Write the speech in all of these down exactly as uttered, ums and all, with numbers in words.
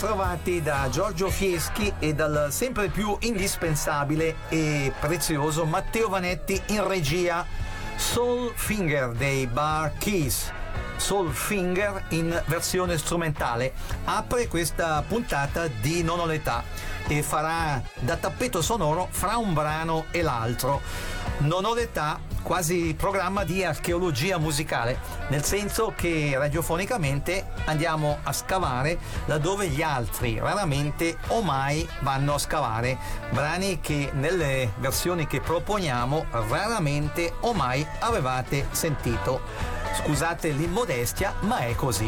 trovati da Giorgio Fieschi e dal sempre più indispensabile e prezioso Matteo Vanetti in regia. Soul Finger dei Bar Keys, Soul Finger in versione strumentale, apre questa puntata di Non ho l'età e farà da tappeto sonoro fra un brano e l'altro. Non ho l'età, quasi programma di archeologia musicale, nel senso che radiofonicamente andiamo a scavare laddove gli altri raramente o mai vanno a scavare, brani che nelle versioni che proponiamo raramente o mai avevate sentito. Scusate l'immodestia, ma è così.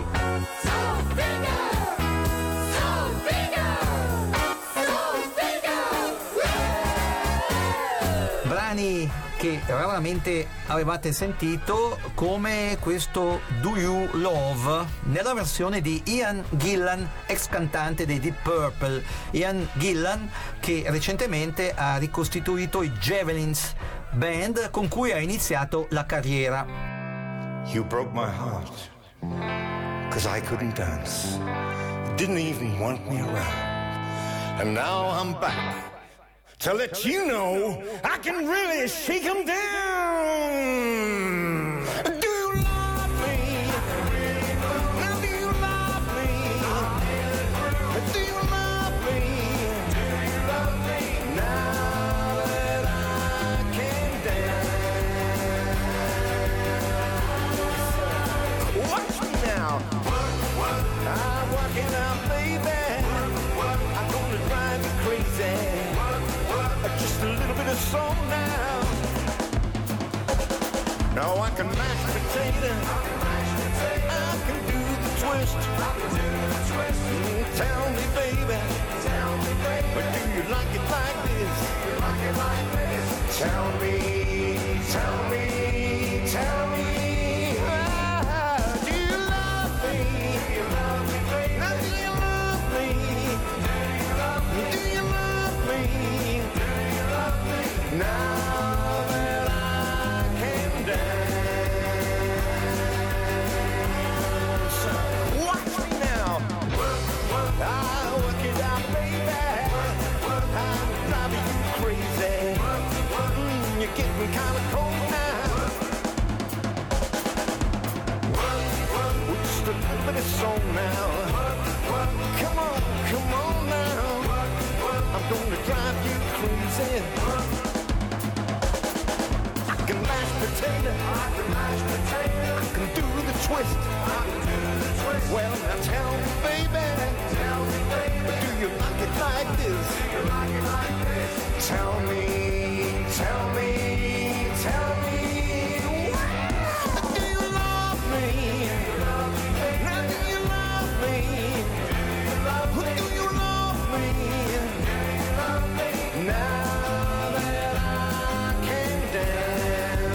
Brani che raramente avevate sentito, come questo Do You Love nella versione di Ian Gillan, ex cantante dei Deep Purple. Ian Gillan che recentemente ha ricostituito i Javelins, band con cui ha iniziato la carriera. You broke my heart, cause I couldn't dance. Didn't even want me around. And now I'm back to let you know I can really shake 'em down. Do you love me? Now do you love me? Do you love me? Do you love me? Now that I can dance. Watch me now. I'm working out, baby. I'm gonna drive you crazy. Just a little bit of soul now. Now I can mash potato. I can do the twist. Mm, tell me, baby. But do you like it like this? Tell me, tell me, tell me. Ah, do you love me? Now do you love me? Do you love me? Now that I can dance, watch me now. I work it out, baby. I'm driving you crazy. Mm, you're getting kind of cold now. With just a little bit of soul now. Come on, come on now. I'm gonna drive you crazy. Potato. I can mash potato. I can do the twist. I can do the twist. Well, now tell me, baby. Tell me, baby. Do you like it like this? Do you like it like this? Tell me, tell me, tell me. Do you love me? Do you love me, baby? Now do you love me? Do you love me? Do you love me? Do you love me? Now that I can dance.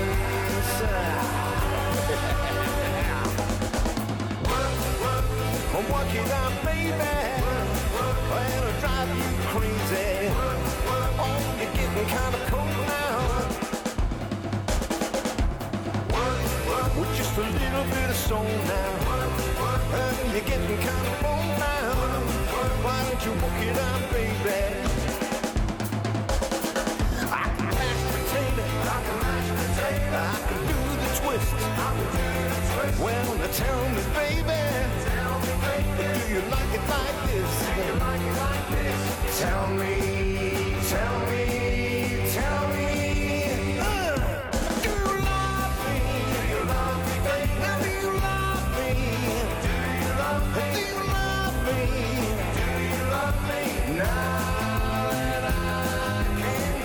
I'm working out, baby. Well, I drive you crazy. Oh, you're getting kind of cold now. With just a little bit of soul now. Well, you're getting kind of old now. Why don't you work it out, baby? I can mash potato. I can mash potato. I can do the twist. I can do the twist. Well, now tell me, baby. Tell me, baby. Do you like it like this? Do you like it like this? Tell me, tell me, tell me. Uh, do you love me? Do you love me, baby? Now do you love me? Do you love me? Do you love me? Do you love me? Now that I can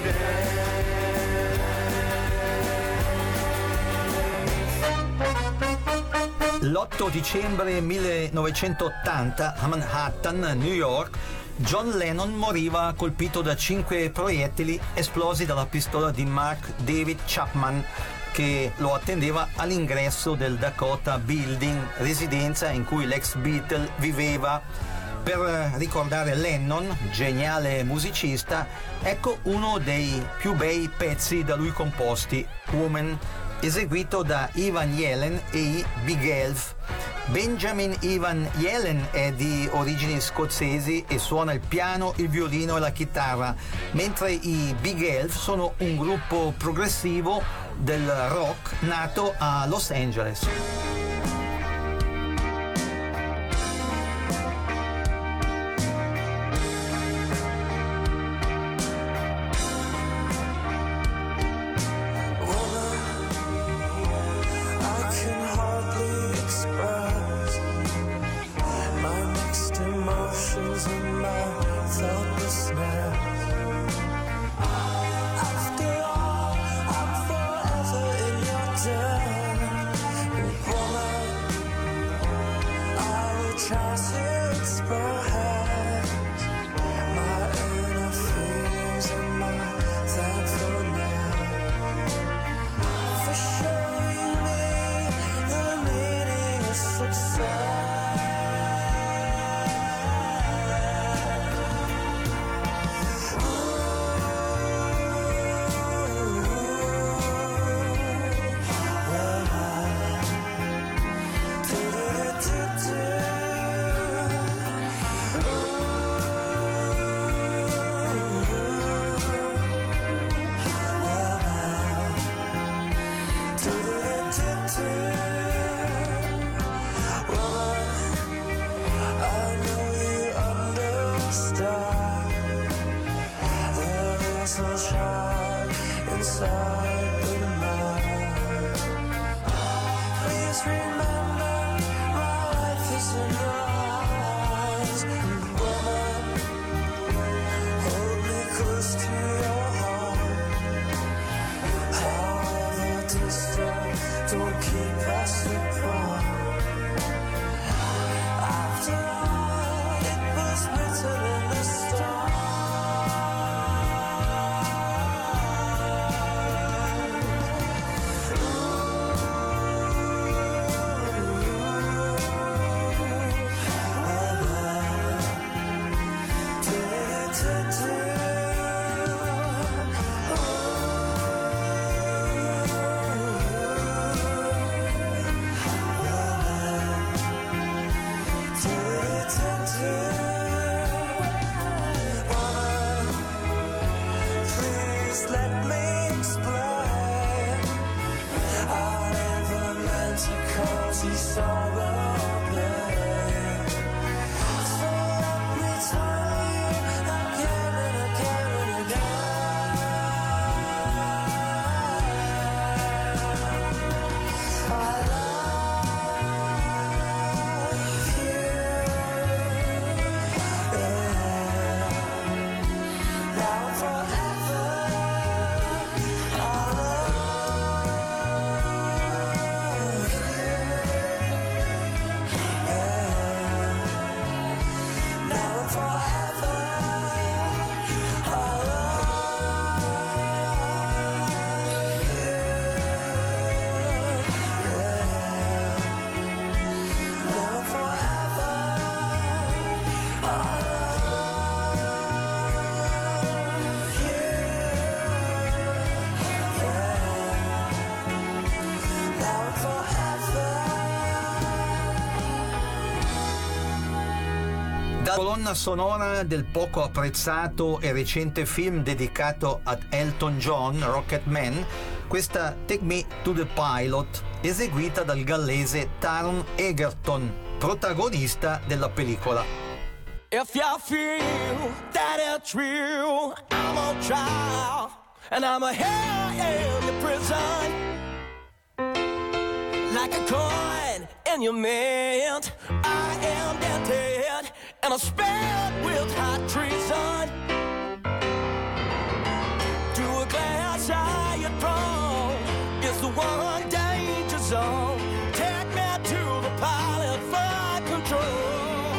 dance. L'otto dicembre millenovecentottanta a Manhattan, New York, John Lennon moriva colpito da cinque proiettili esplosi dalla pistola di Mark David Chapman, che lo attendeva all'ingresso del Dakota Building, residenza in cui l'ex Beatle viveva. Per ricordare Lennon, geniale musicista, ecco uno dei più bei pezzi da lui composti, Woman eseguito da Ivan Yelen e i Big Elf. Benjamin Ivan Yelen è di origini scozzesi e suona il piano, il violino e la chitarra, mentre i Big Elf sono un gruppo progressivo del rock nato a Los Angeles. Colonna sonora del poco apprezzato e recente film dedicato ad Elton John, Rocketman, questa Take Me to the Pilot, eseguita dal gallese Taron Egerton, protagonista della pellicola. If you feel that it's real, I'm on trial, and I'm a hell in the prison. Like a coin in your mint, I am dented, and I'm spared with hot treason. To a glass I had thrown is the one danger zone. Take me to the pilot for control.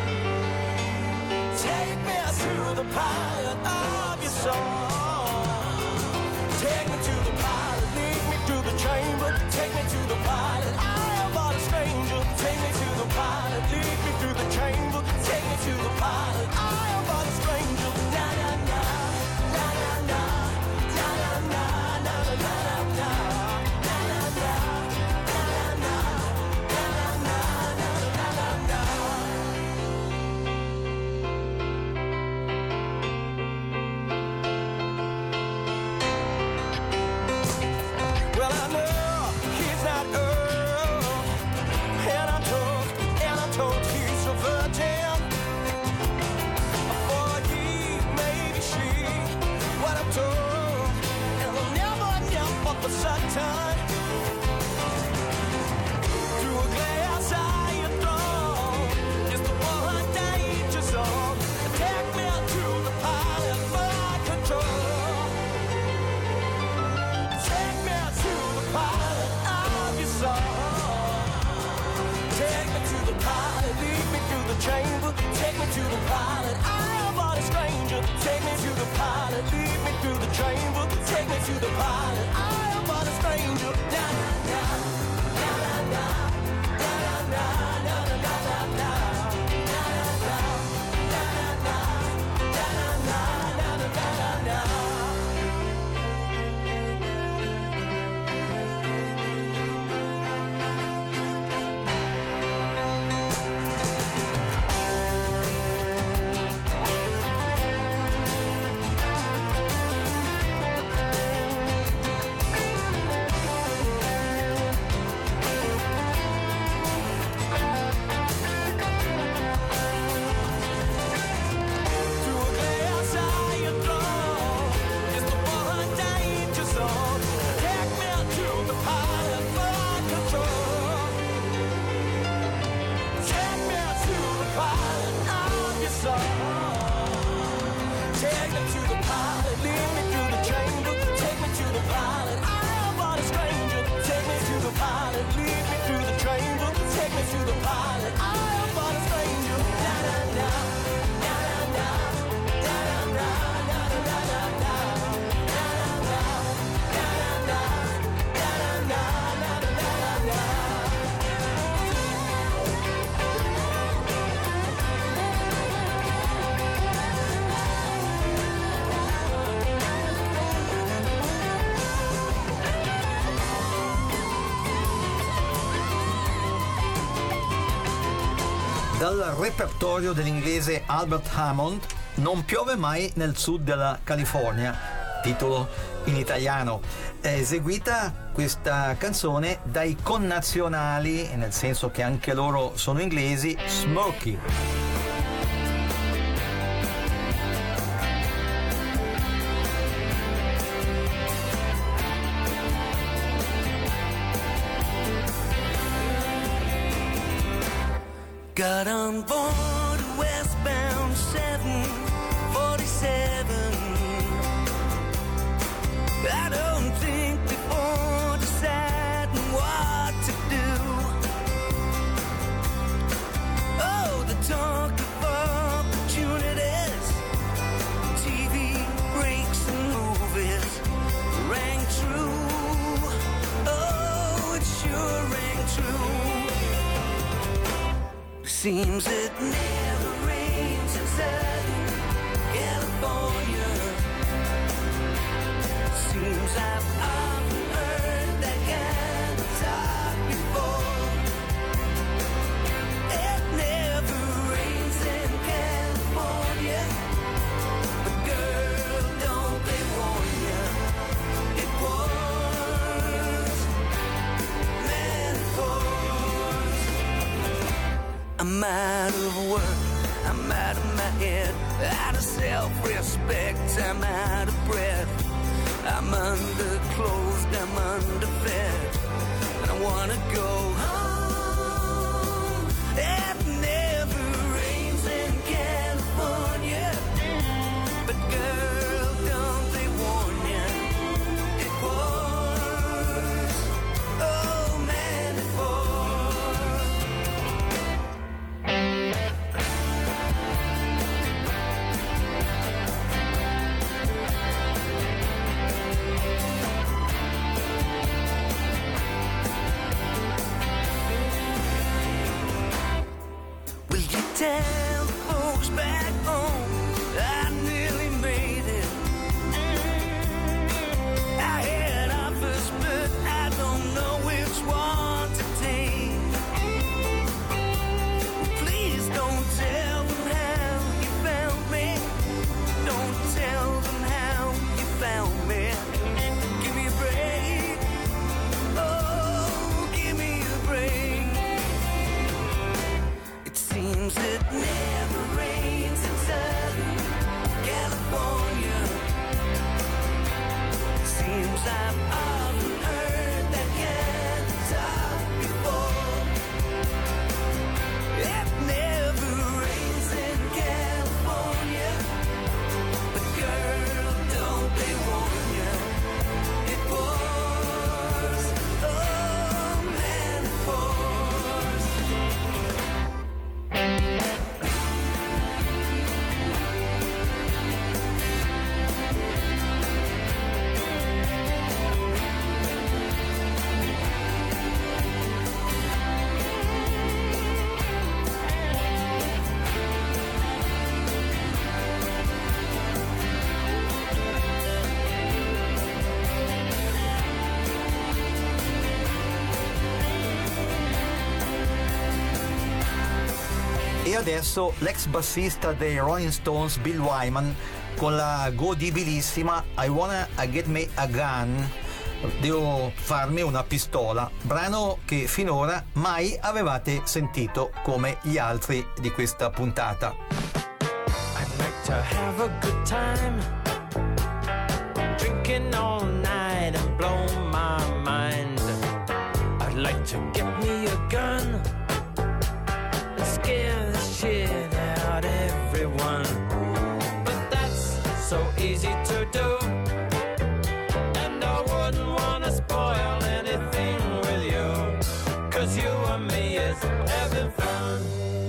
Take me to the pilot of your soul. Take me to the pilot, lead me to the chamber. Take me to the pilot, I am but a stranger. Take me to the pilot, lead me to the chamber. Take me to the pilot, I am but a stranger. for certain. Through a glass eye throne, just the one danger zone. Take me to the pilot for control. Take me to the pilot of your soul. Take me to the pilot, lead me through the chamber. Take me to the pilot, I am but a stranger. Take me to the pilot, lead me through the chamber. Take me to the pilot, I am but a stranger. Da da da da da da da da da da da da da. Dal repertorio dell'inglese Albert Hammond, Non piove mai nel sud della California, titolo in italiano. È eseguita questa canzone dai connazionali, nel senso che anche loro sono inglesi, Smokey. Got on board westbound seven forty-seven. I don't think before deciding what to do. Oh, the talk of opportunities, T V breaks and movies rang true. Oh, it sure rang true. Seems it never rains in Southern California. Seems I've often heard that kind of talk before. It never rains in California, but girl, don't they warn ya? It was meant for. I'm out of work, I'm out of my head, out of self-respect, I'm out of breath. I'm underclothed, I'm underfed, and I wanna go home. It never rains in California, but girl, don't they warn ya? It was, oh man, it was. adesso l'ex bassista dei Rolling Stones Bill Wyman con la godibilissima I Wanna Get Me a Gun, devo farmi una pistola, brano che finora mai avevate sentito come gli altri di questa puntata. I'd like to have a good time, drinking all night and blow my mind. I'd like to get me a gun and scare the shit out everyone. But that's so easy to do, and I wouldn't want to spoil anything with you, 'cause you and me is having fun.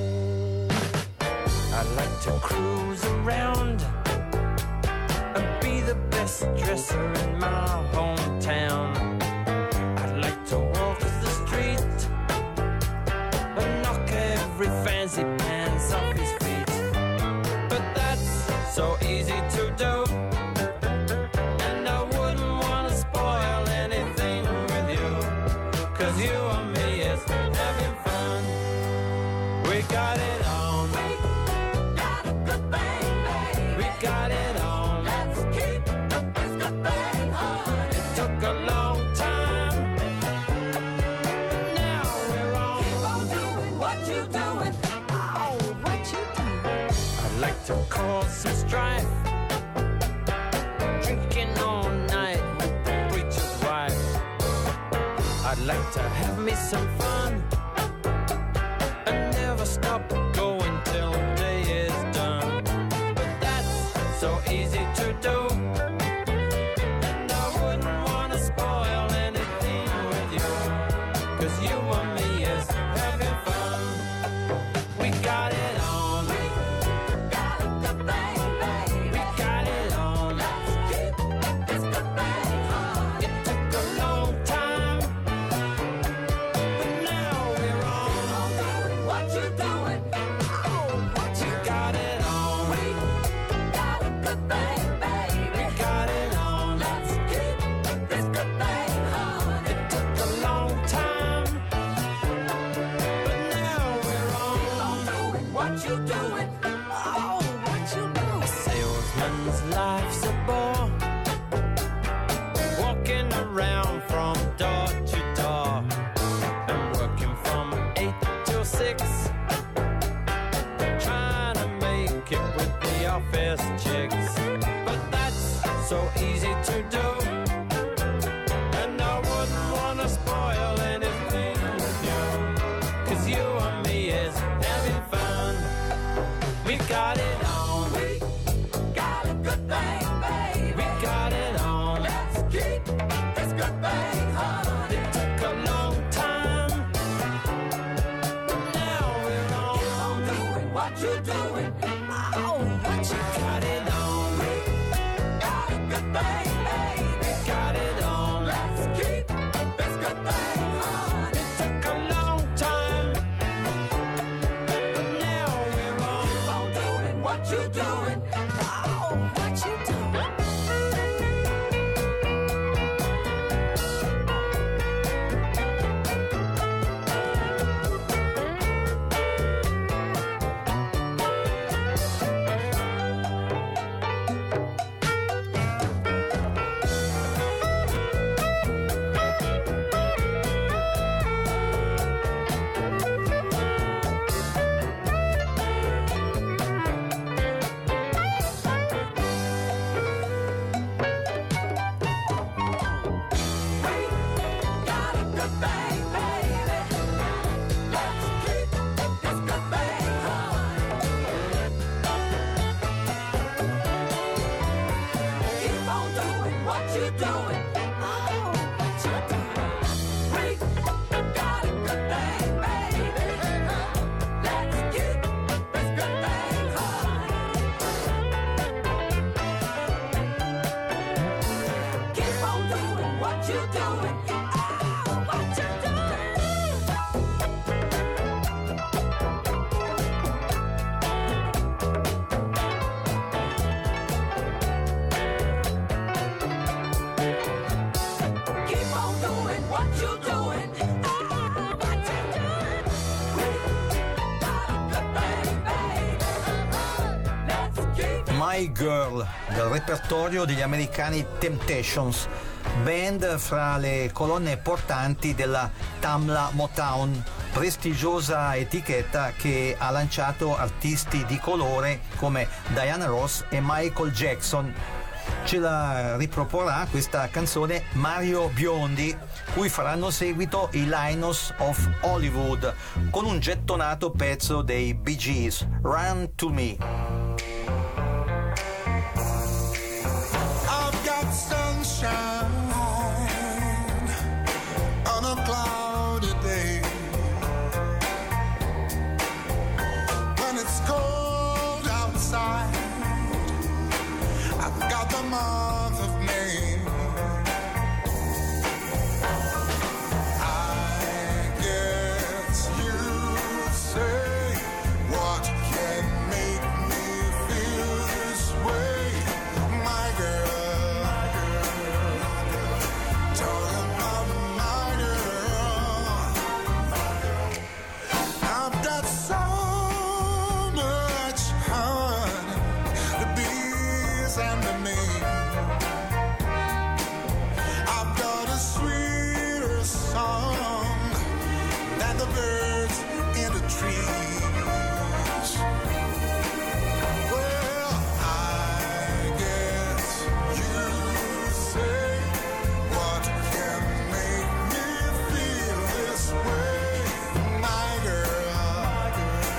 I'd like to cruise around and be the best dresser in my hometown. I'd like to walk the street and knock every fancy pants off his feet. But that's so easy to do, and I wouldn't want to spoil anything with you, 'cause you and me is having fun. We got it on. We got a good thing, baby. We got it on. Let's keep this good thing on. It took a long time, but now we're on. Keep on doing what you doing. Oh, what you doing. I'd like to cause some strife, drinking all night with the preacher's wife. I'd like to have me some fun and never stop going till the day is done. But that's so easy to do, and I wouldn't want to spoil anything with you, 'cause you and me is having fun. We got it on. We got a good thing, baby. We got it on. Let's keep this good thing on. It took a long time, but now we're on. What you doing? Oh, what you got it on. We got a good thing, baby. We got it on. Let's keep this good thing on. It took a long time, but now we're on. What you doing? Oh, what you doing? A salesman's life's a bore, walking around from door to door and working from eight till six, trying to make it with the office chicks. But that's so easy to do, and I wouldn't want to spoil anything with you, 'cause you and me is having fun. We got it on. We got a good thing, baby. We got it on. Let's keep this good thing on. It took a long time, but now we're on. Keep on doing what you doing. Oh, what you got it on. We got a good thing, baby. We got it on. Let's keep this good thing on. It took a long time, but now we're on. Keep on doing what you doing. Oh, what you doing. My Girl, del repertorio degli americani Temptations, band fra le colonne portanti della Tamla Motown, prestigiosa etichetta che ha lanciato artisti di colore come Diana Ross e Michael Jackson. Ce la riproporrà questa canzone Mario Biondi, cui faranno seguito i Lions of Hollywood con un gettonato pezzo dei Bee Gees, Run to Me. I've got sunshine on a cloudy day. When it's cold outside, I've got the month of May. I guess you say, what can make me feel this way? My girl, talking about my girl. I've got so much honey, the bees and the me. I've got a sweeter song than the birds in the trees. Well, I guess you say, what can make me feel this way? My girl,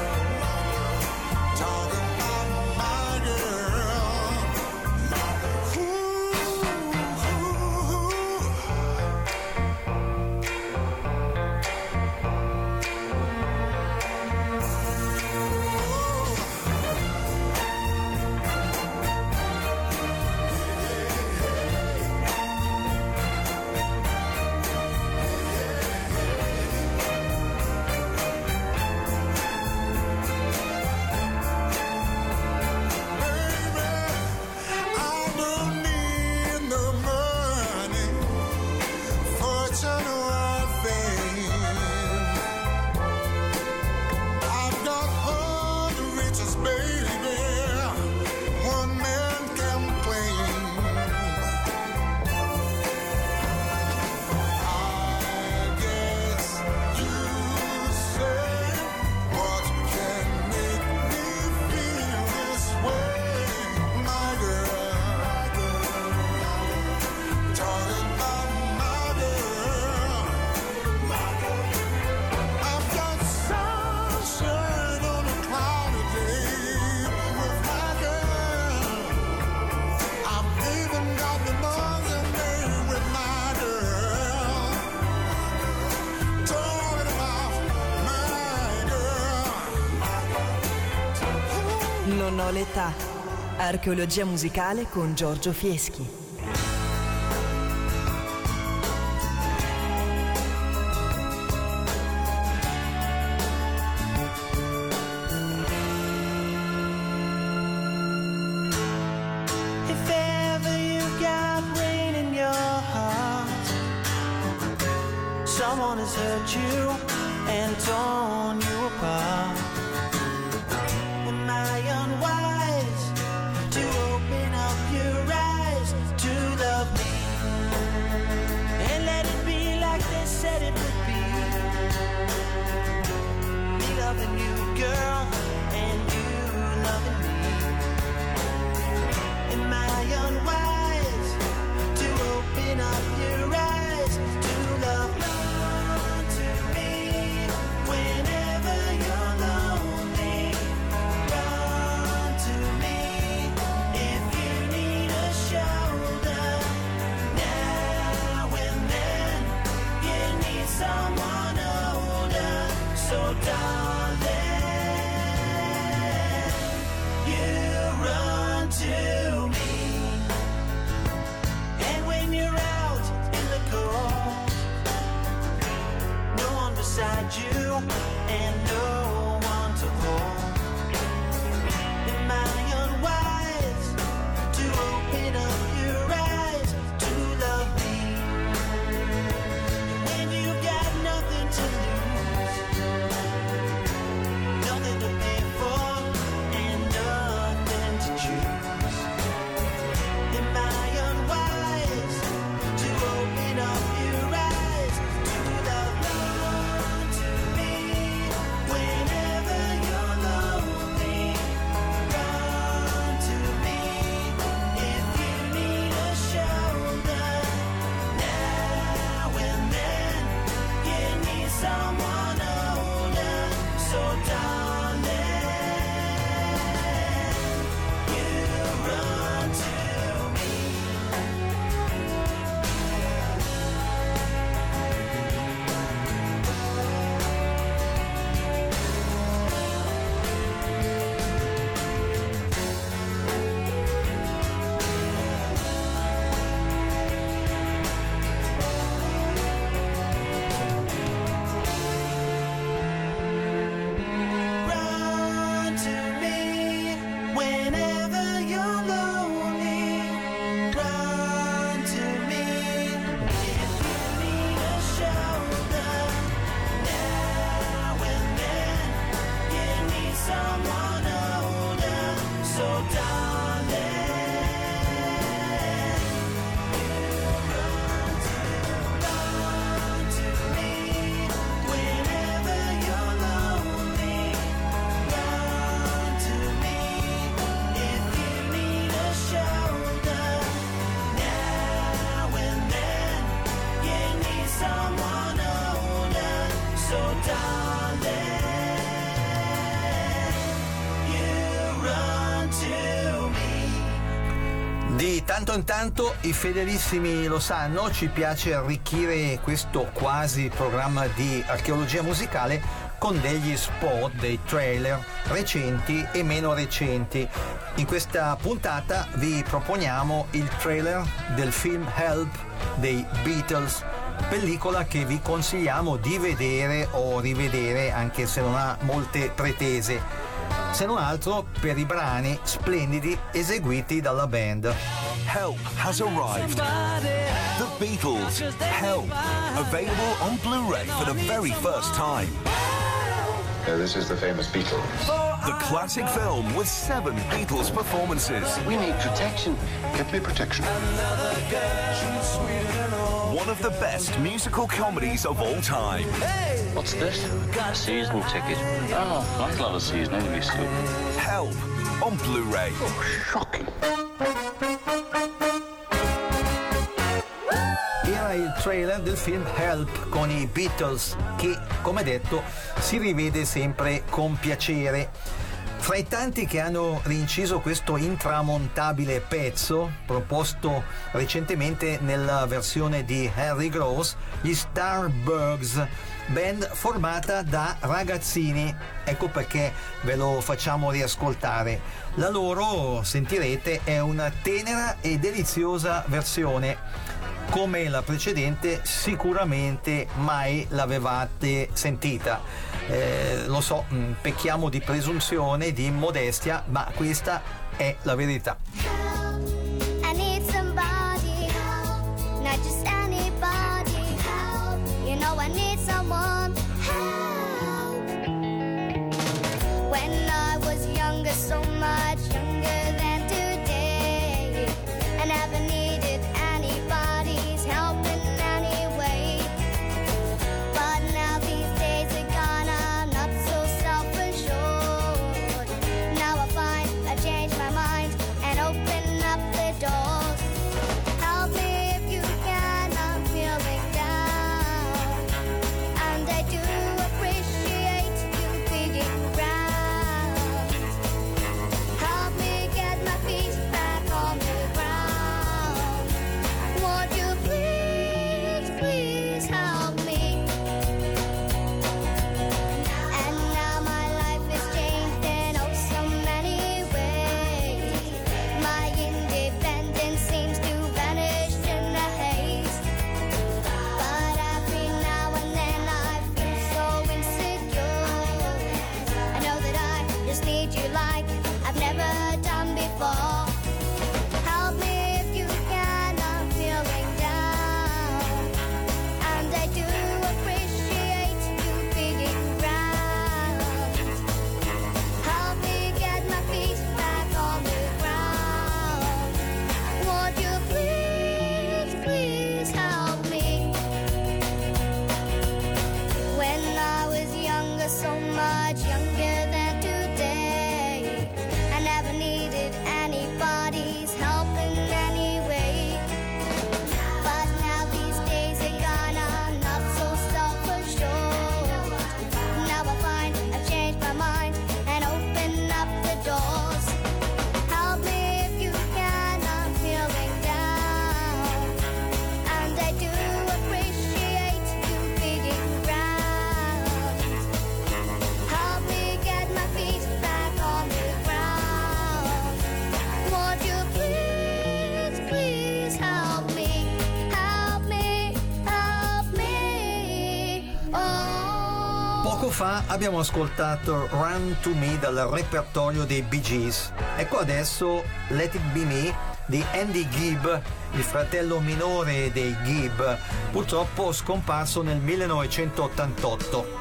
talking about my girl. Ooh, ooh, ooh. I don't need no money, fortune or fame. I've got all the riches, baby, one man can claim. I guess you say, what can make me feel this way? My girl, talking about my girl. I've got sunshine on a cloudy day with my girl. I've even got the month of May with my girl. Talking about my girl. Non ho l'età. Archeologia musicale con Giorgio Fieschi. If ever you got rain in your heart, someone has hurt you and torn you apart. Am I unwise to open up your eyes to love me and let it be like they said it would be? Me loving you, girl, and you loving me. Am I unwise to open up your eyes to love? Run to me whenever you're alone. tanto in tanto i fedelissimi lo sanno, ci piace arricchire questo quasi programma di archeologia musicale con degli spot, dei trailer recenti e meno recenti. In questa puntata vi proponiamo il trailer del film Help dei Beatles, pellicola che vi consigliamo di vedere o rivedere anche se non ha molte pretese, se non altro per i brani splendidi eseguiti dalla band. Help has arrived. The Beatles, Help, available on Blu-ray for the very first time. Uh, this is the famous Beatles. The classic film with seven Beatles performances. We need protection. Get me protection. One of the best musical comedies of all time. What's this? A season ticket. Oh, that's a lot of season. I'm used to it. Help on Blu-ray. Oh, shocking. Era il trailer del film Help con i Beatles che, come detto, si rivede sempre con piacere. Fra i tanti che hanno rinciso questo intramontabile pezzo, proposto recentemente nella versione di Harry Gross, gli Starbugs, band formata da ragazzini. Ecco perché ve lo facciamo riascoltare. La loro, sentirete, è una tenera e deliziosa versione. Come la precedente sicuramente mai l'avevate sentita. Eh, lo so, mh, pecchiamo di presunzione, di immodestia, ma questa è la verità. I need somebody, not just anybody. You know I need someone. Help. When I was younger, so much younger than today, I never needed anybody's help in any way. But now these days are gone, I'm not so self-assured. Now I find I've changed my mind and open up the doors. Help me if you can, I'm feeling down. And I do appreciate you being around. Help me get my feet back on the ground. Won't you please, please help me? And now my life has changed in oh so many ways. My independence seems to vanish in the haze. But every now and then I feel so insecure. I know that I just need you like I've never done before. Help me if you can, I'm feeling down. And I do appreciate you being around. Help me get my feet back on the ground. Won't you please, please help me? When I was younger, so much younger than today, I never needed anybody's help in any way. But now these days are gone, I'm not so self-assured. Now I find I've changed my mind and open up the doors. Help me if you can, I'm feeling down. And I do appreciate you being around. Help me get my feet back on the ground. Won't you please, please help me? Help me, help me. Oh. Poco fa abbiamo ascoltato Run to Me dal repertorio dei Bee Gees. Ecco adesso Let It Be Me di Andy Gibb, il fratello minore dei Gibb, purtroppo scomparso nel millenovecentottantotto.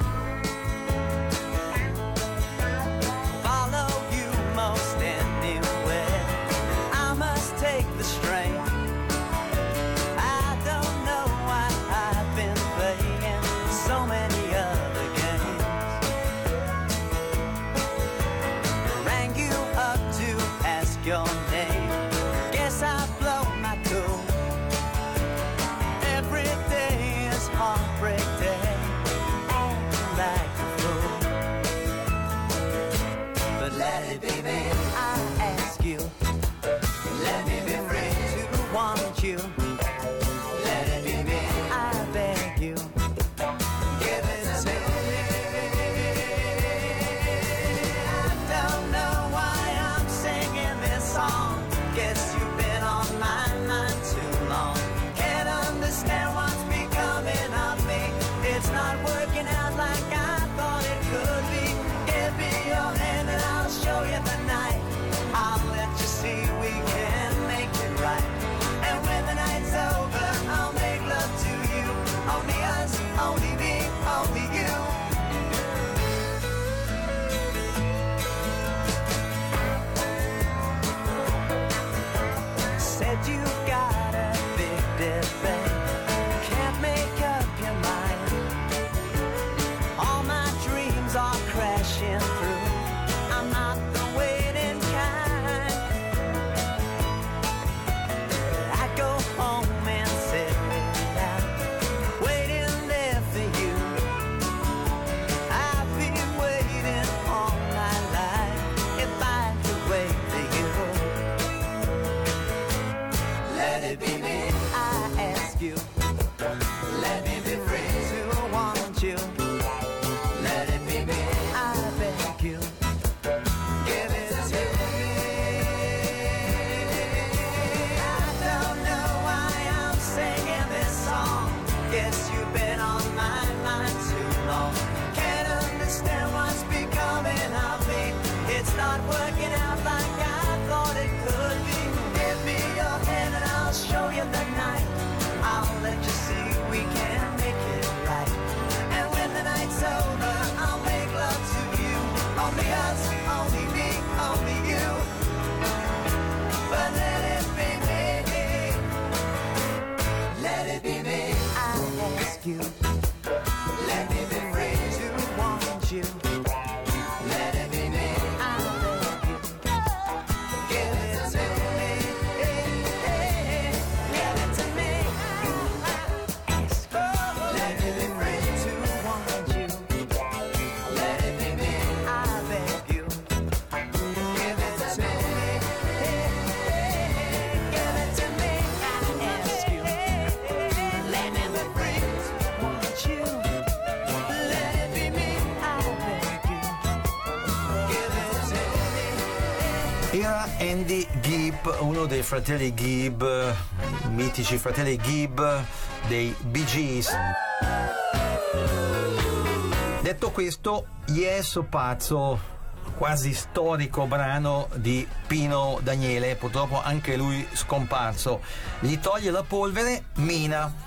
Follow you most anywhere. I must take the strain. I don't know why I've been playing so many other games. Rang you up to ask your name. Guess I blow my cool. Every day is heartbreak day. be me. I ask you, let me be free to want you. Let it be me. I beg you, give it to me. I don't know why I'm singing this song. Guess you've been on my mind too long. Can't understand what's becoming of me. It's not working out like I thought it could be. Give me your hand and I'll show you the night. I'll let you see we can make it right. And when the night's over, I'll make love to you. Only us, only me, only you. But let it be me. Let it be me. I ask you, let me be free to want you. Let it be me. I beg you, give it to me. Give it to me. I ask you, let me be free to want you. Let it be me. I beg you, give it to me. Give it to me. I ask you, let me be free to want you. Let it be me. I beg you, give it to me. Era Andy Gibb, uno dei fratelli Gibb, mitici fratelli Gibb dei Bee Gees. Detto questo, Yes Pazzo, quasi storico brano di Pino Daniele, purtroppo anche lui scomparso. Gli toglie la polvere Mina.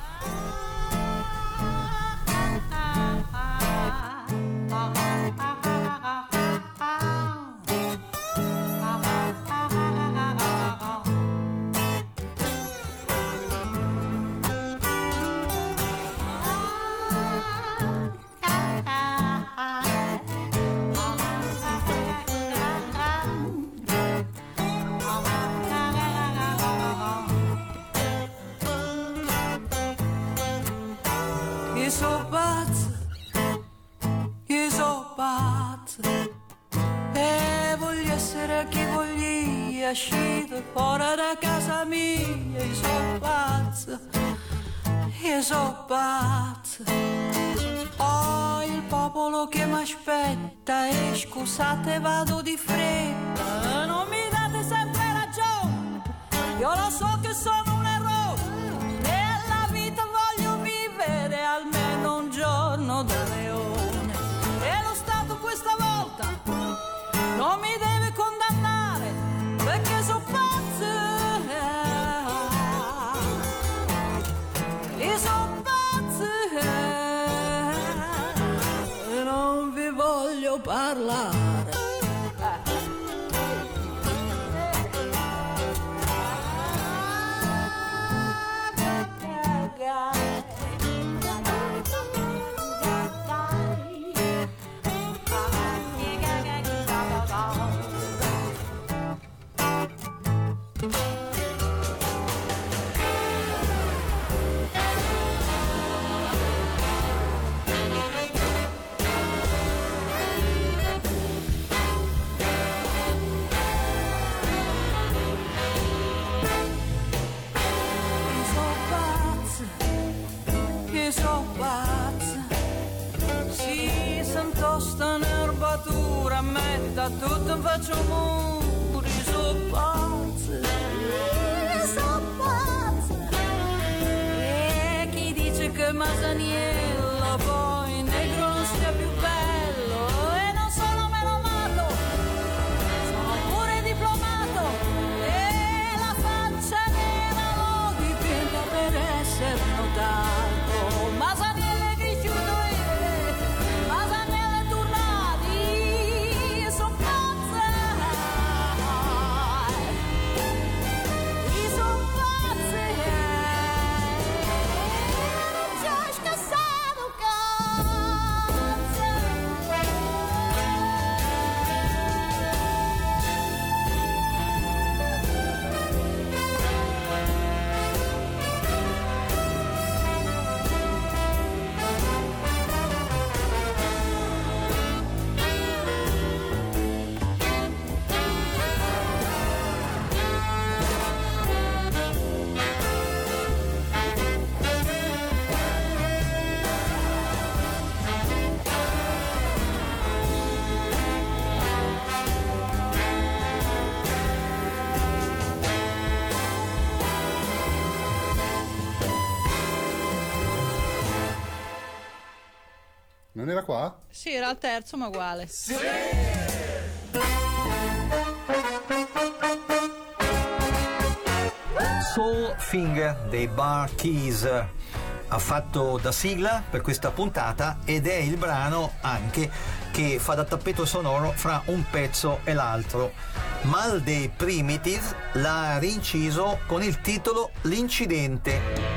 Io so pazzo, io so pazzo, e voglio essere chi voglio, uscito fuori da casa mia. Io so pazzo, io so pazzo, ho il popolo che mi aspetta e scusate vado di fretta, non mi date sempre ragione, io lo so che sono un errore, nella vita voglio vivere almeno un giorno da leone, e lo Stato questa volta non mi deve condannare perché so pazzo, io so pazzo e non vi voglio parlare. So pazza, sì, sento sta nervatura, metta tutto in faccio muri, so pazza, so pazza, e chi dice che Masaniello poi negro non sia più bello, e non sono menomato, sono pure diplomato, e la faccia nera l'ho dipinta per essere notato. Masaniello è cresciuto e Masaniello è tornati, son pazza, io son pazza, non c'ho scassato cazzo. Non era qua? Sì, era il terzo, ma uguale. Sì! Soul Finger dei Bar Keys ha fatto da sigla per questa puntata ed è il brano anche che fa da tappeto sonoro fra un pezzo e l'altro. Mal dei Primitive l'ha rinciso con il titolo L'incidente.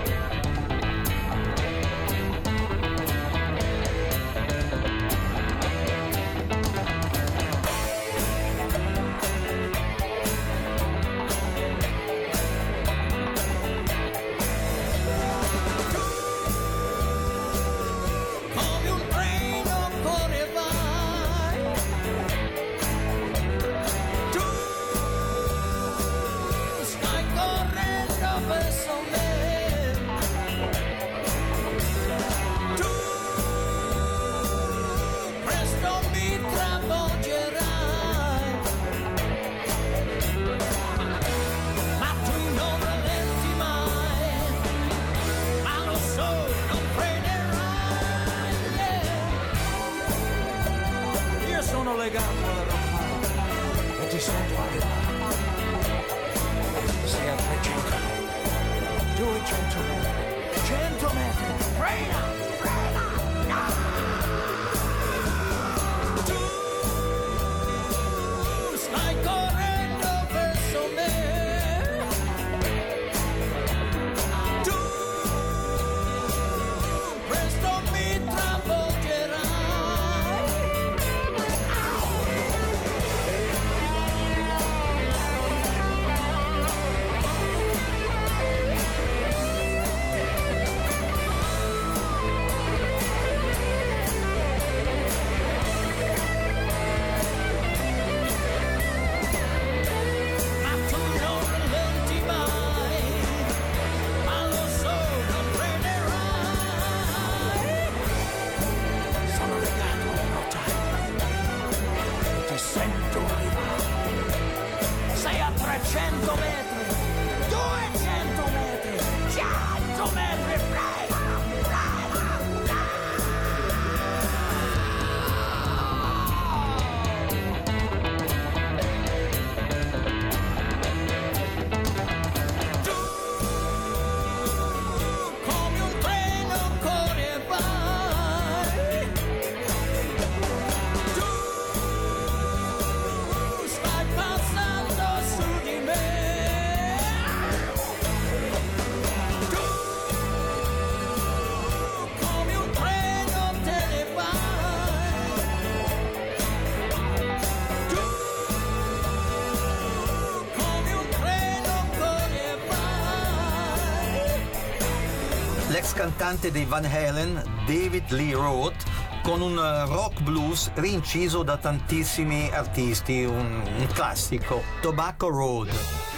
L'ex cantante dei Van Halen, David Lee Roth, con un rock blues rinciso da tantissimi artisti, un, un classico, Tobacco Road.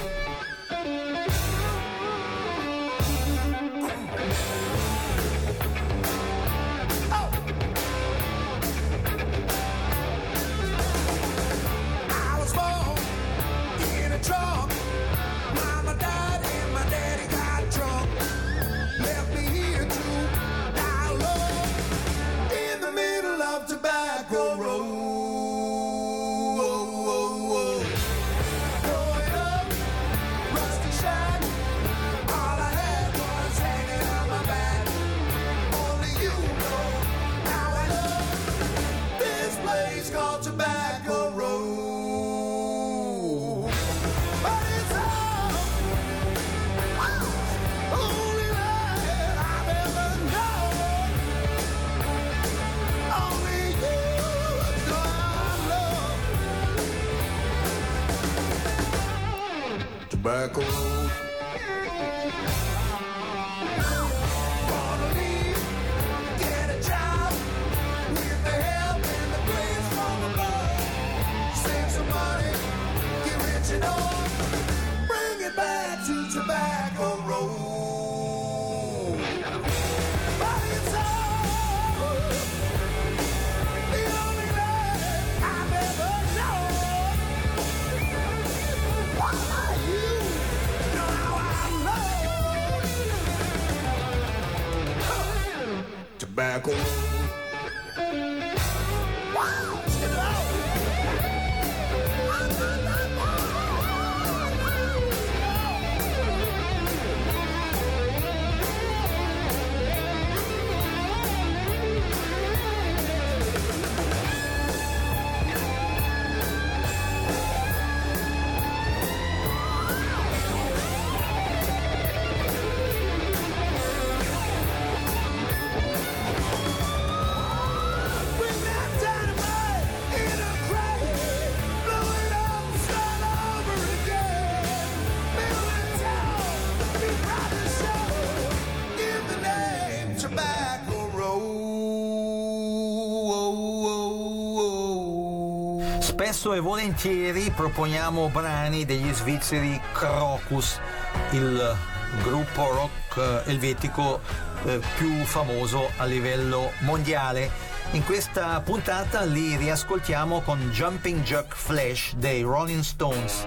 Tobacco Road. Wanna leave, get a job with the help and the grace from above. Save some money, get rich and old. Bring it back to Tobacco Road. But it's all the only life I've ever known. Why you? Tobacco Road. Spesso e volentieri proponiamo brani degli svizzeri Crocus, il gruppo rock elvetico eh, più famoso a livello mondiale. In questa puntata li riascoltiamo con Jumping Jack Flash dei Rolling Stones.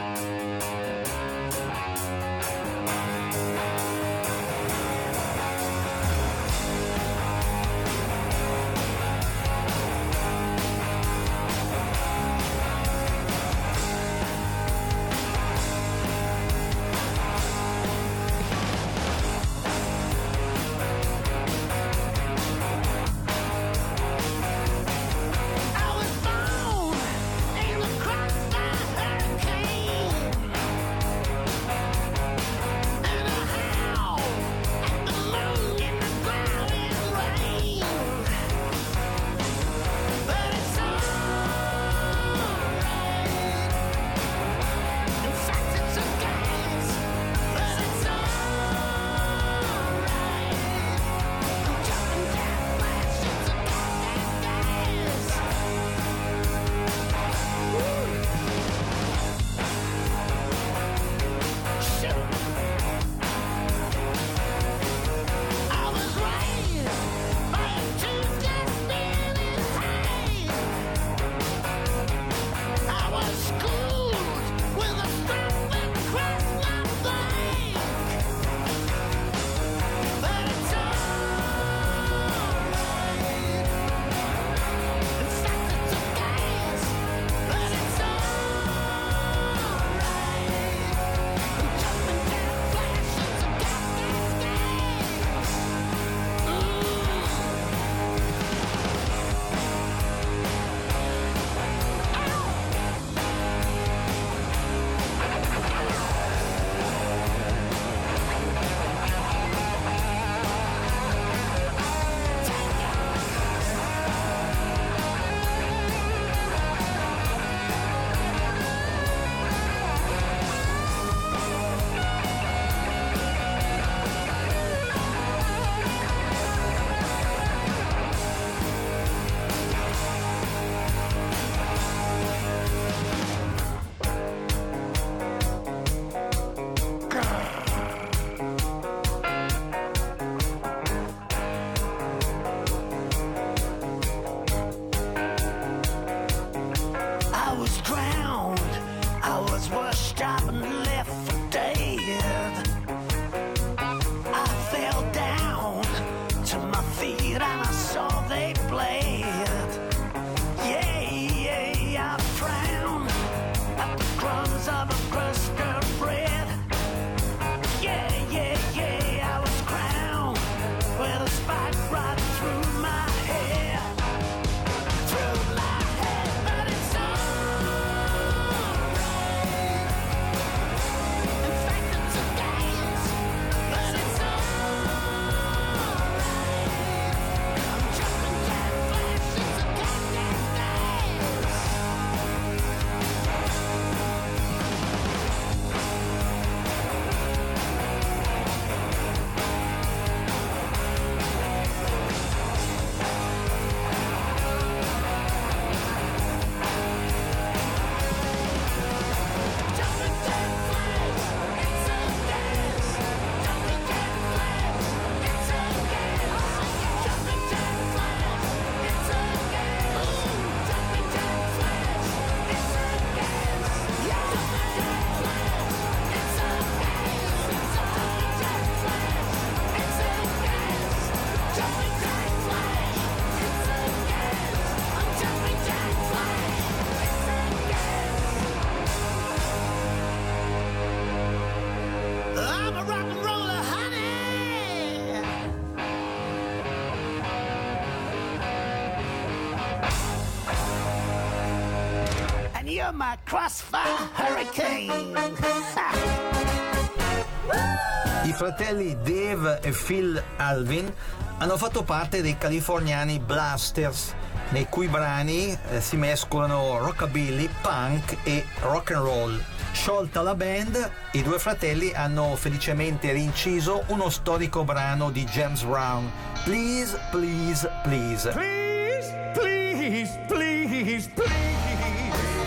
You're my crossfire hurricane. I fratelli Dave e Phil Alvin hanno fatto parte dei californiani Blasters, nei cui brani eh, si mescolano rockabilly, punk e rock and roll. Sciolta la band, i due fratelli hanno felicemente rinciso uno storico brano di James Brown, Please, Please, Please. Please, please, please, please.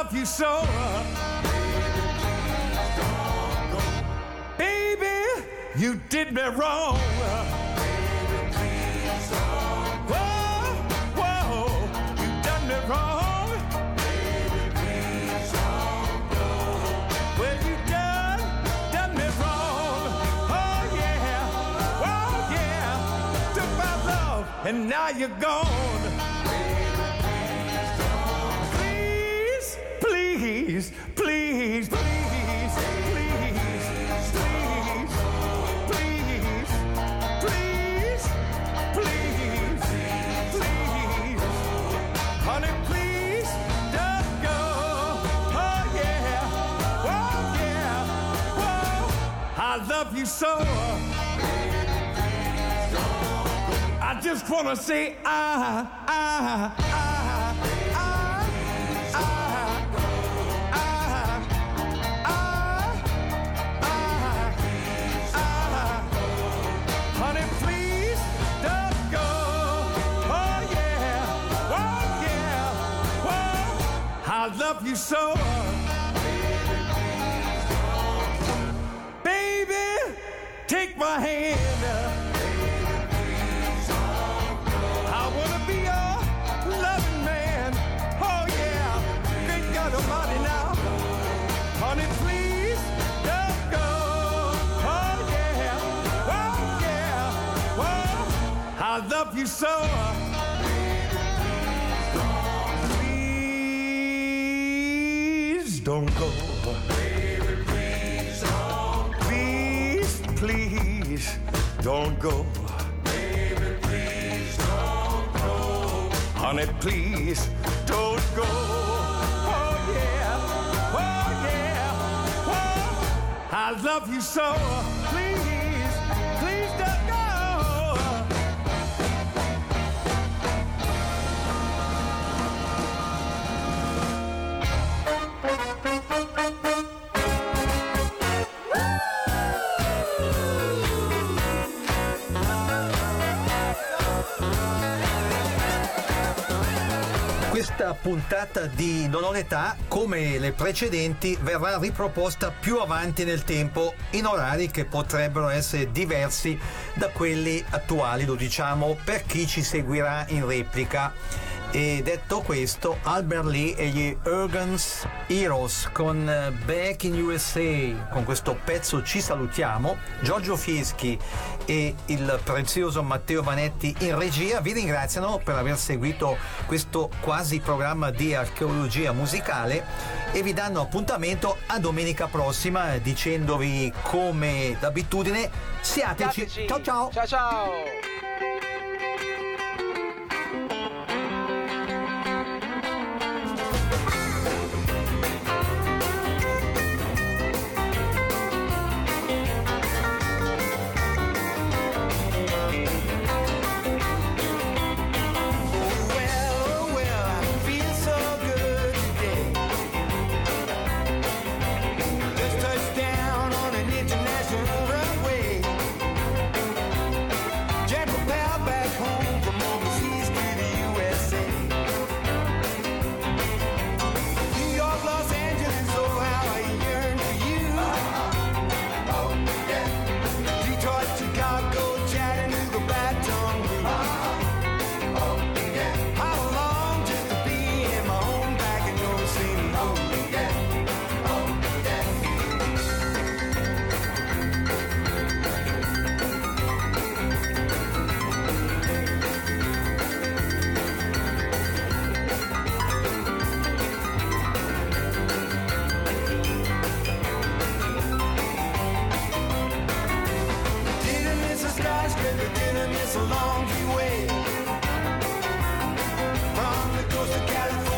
love you so. Baby, you did me wrong. Whoa, whoa, you done me wrong. Well, you done, done me wrong. Oh yeah, oh yeah, took my love and now you're gone. Please, please, please, please, please, please, please, please, please, honey, please don't go. Oh yeah, oh yeah, whoa, I love you so. I just wanna say I, I, I. I love you so. Baby, take my hand. I wanna be your loving man. Oh yeah, great God Almighty now. Honey, please don't go. Oh yeah, oh yeah, oh, I love you so. Don't go. Baby, please don't go. Please, please don't go. Baby, please don't go. Honey, please don't go. Oh yeah, oh yeah, oh, I love you so. Please, please don't go. Questa puntata di Non ho l'età, come le precedenti, verrà riproposta più avanti nel tempo in orari che potrebbero essere diversi da quelli attuali, lo diciamo per chi ci seguirà in replica. E detto questo, Albert Lee e gli Urgans Heroes con Back in U S A. Con questo pezzo ci salutiamo. Giorgio Fieschi e il prezioso Matteo Vanetti in regia vi ringraziano per aver seguito questo quasi programma di archeologia musicale e vi danno appuntamento a domenica prossima dicendovi come d'abitudine siateci. Siateci. Ciao ciao. Ciao ciao. It's a long way from the coast of California.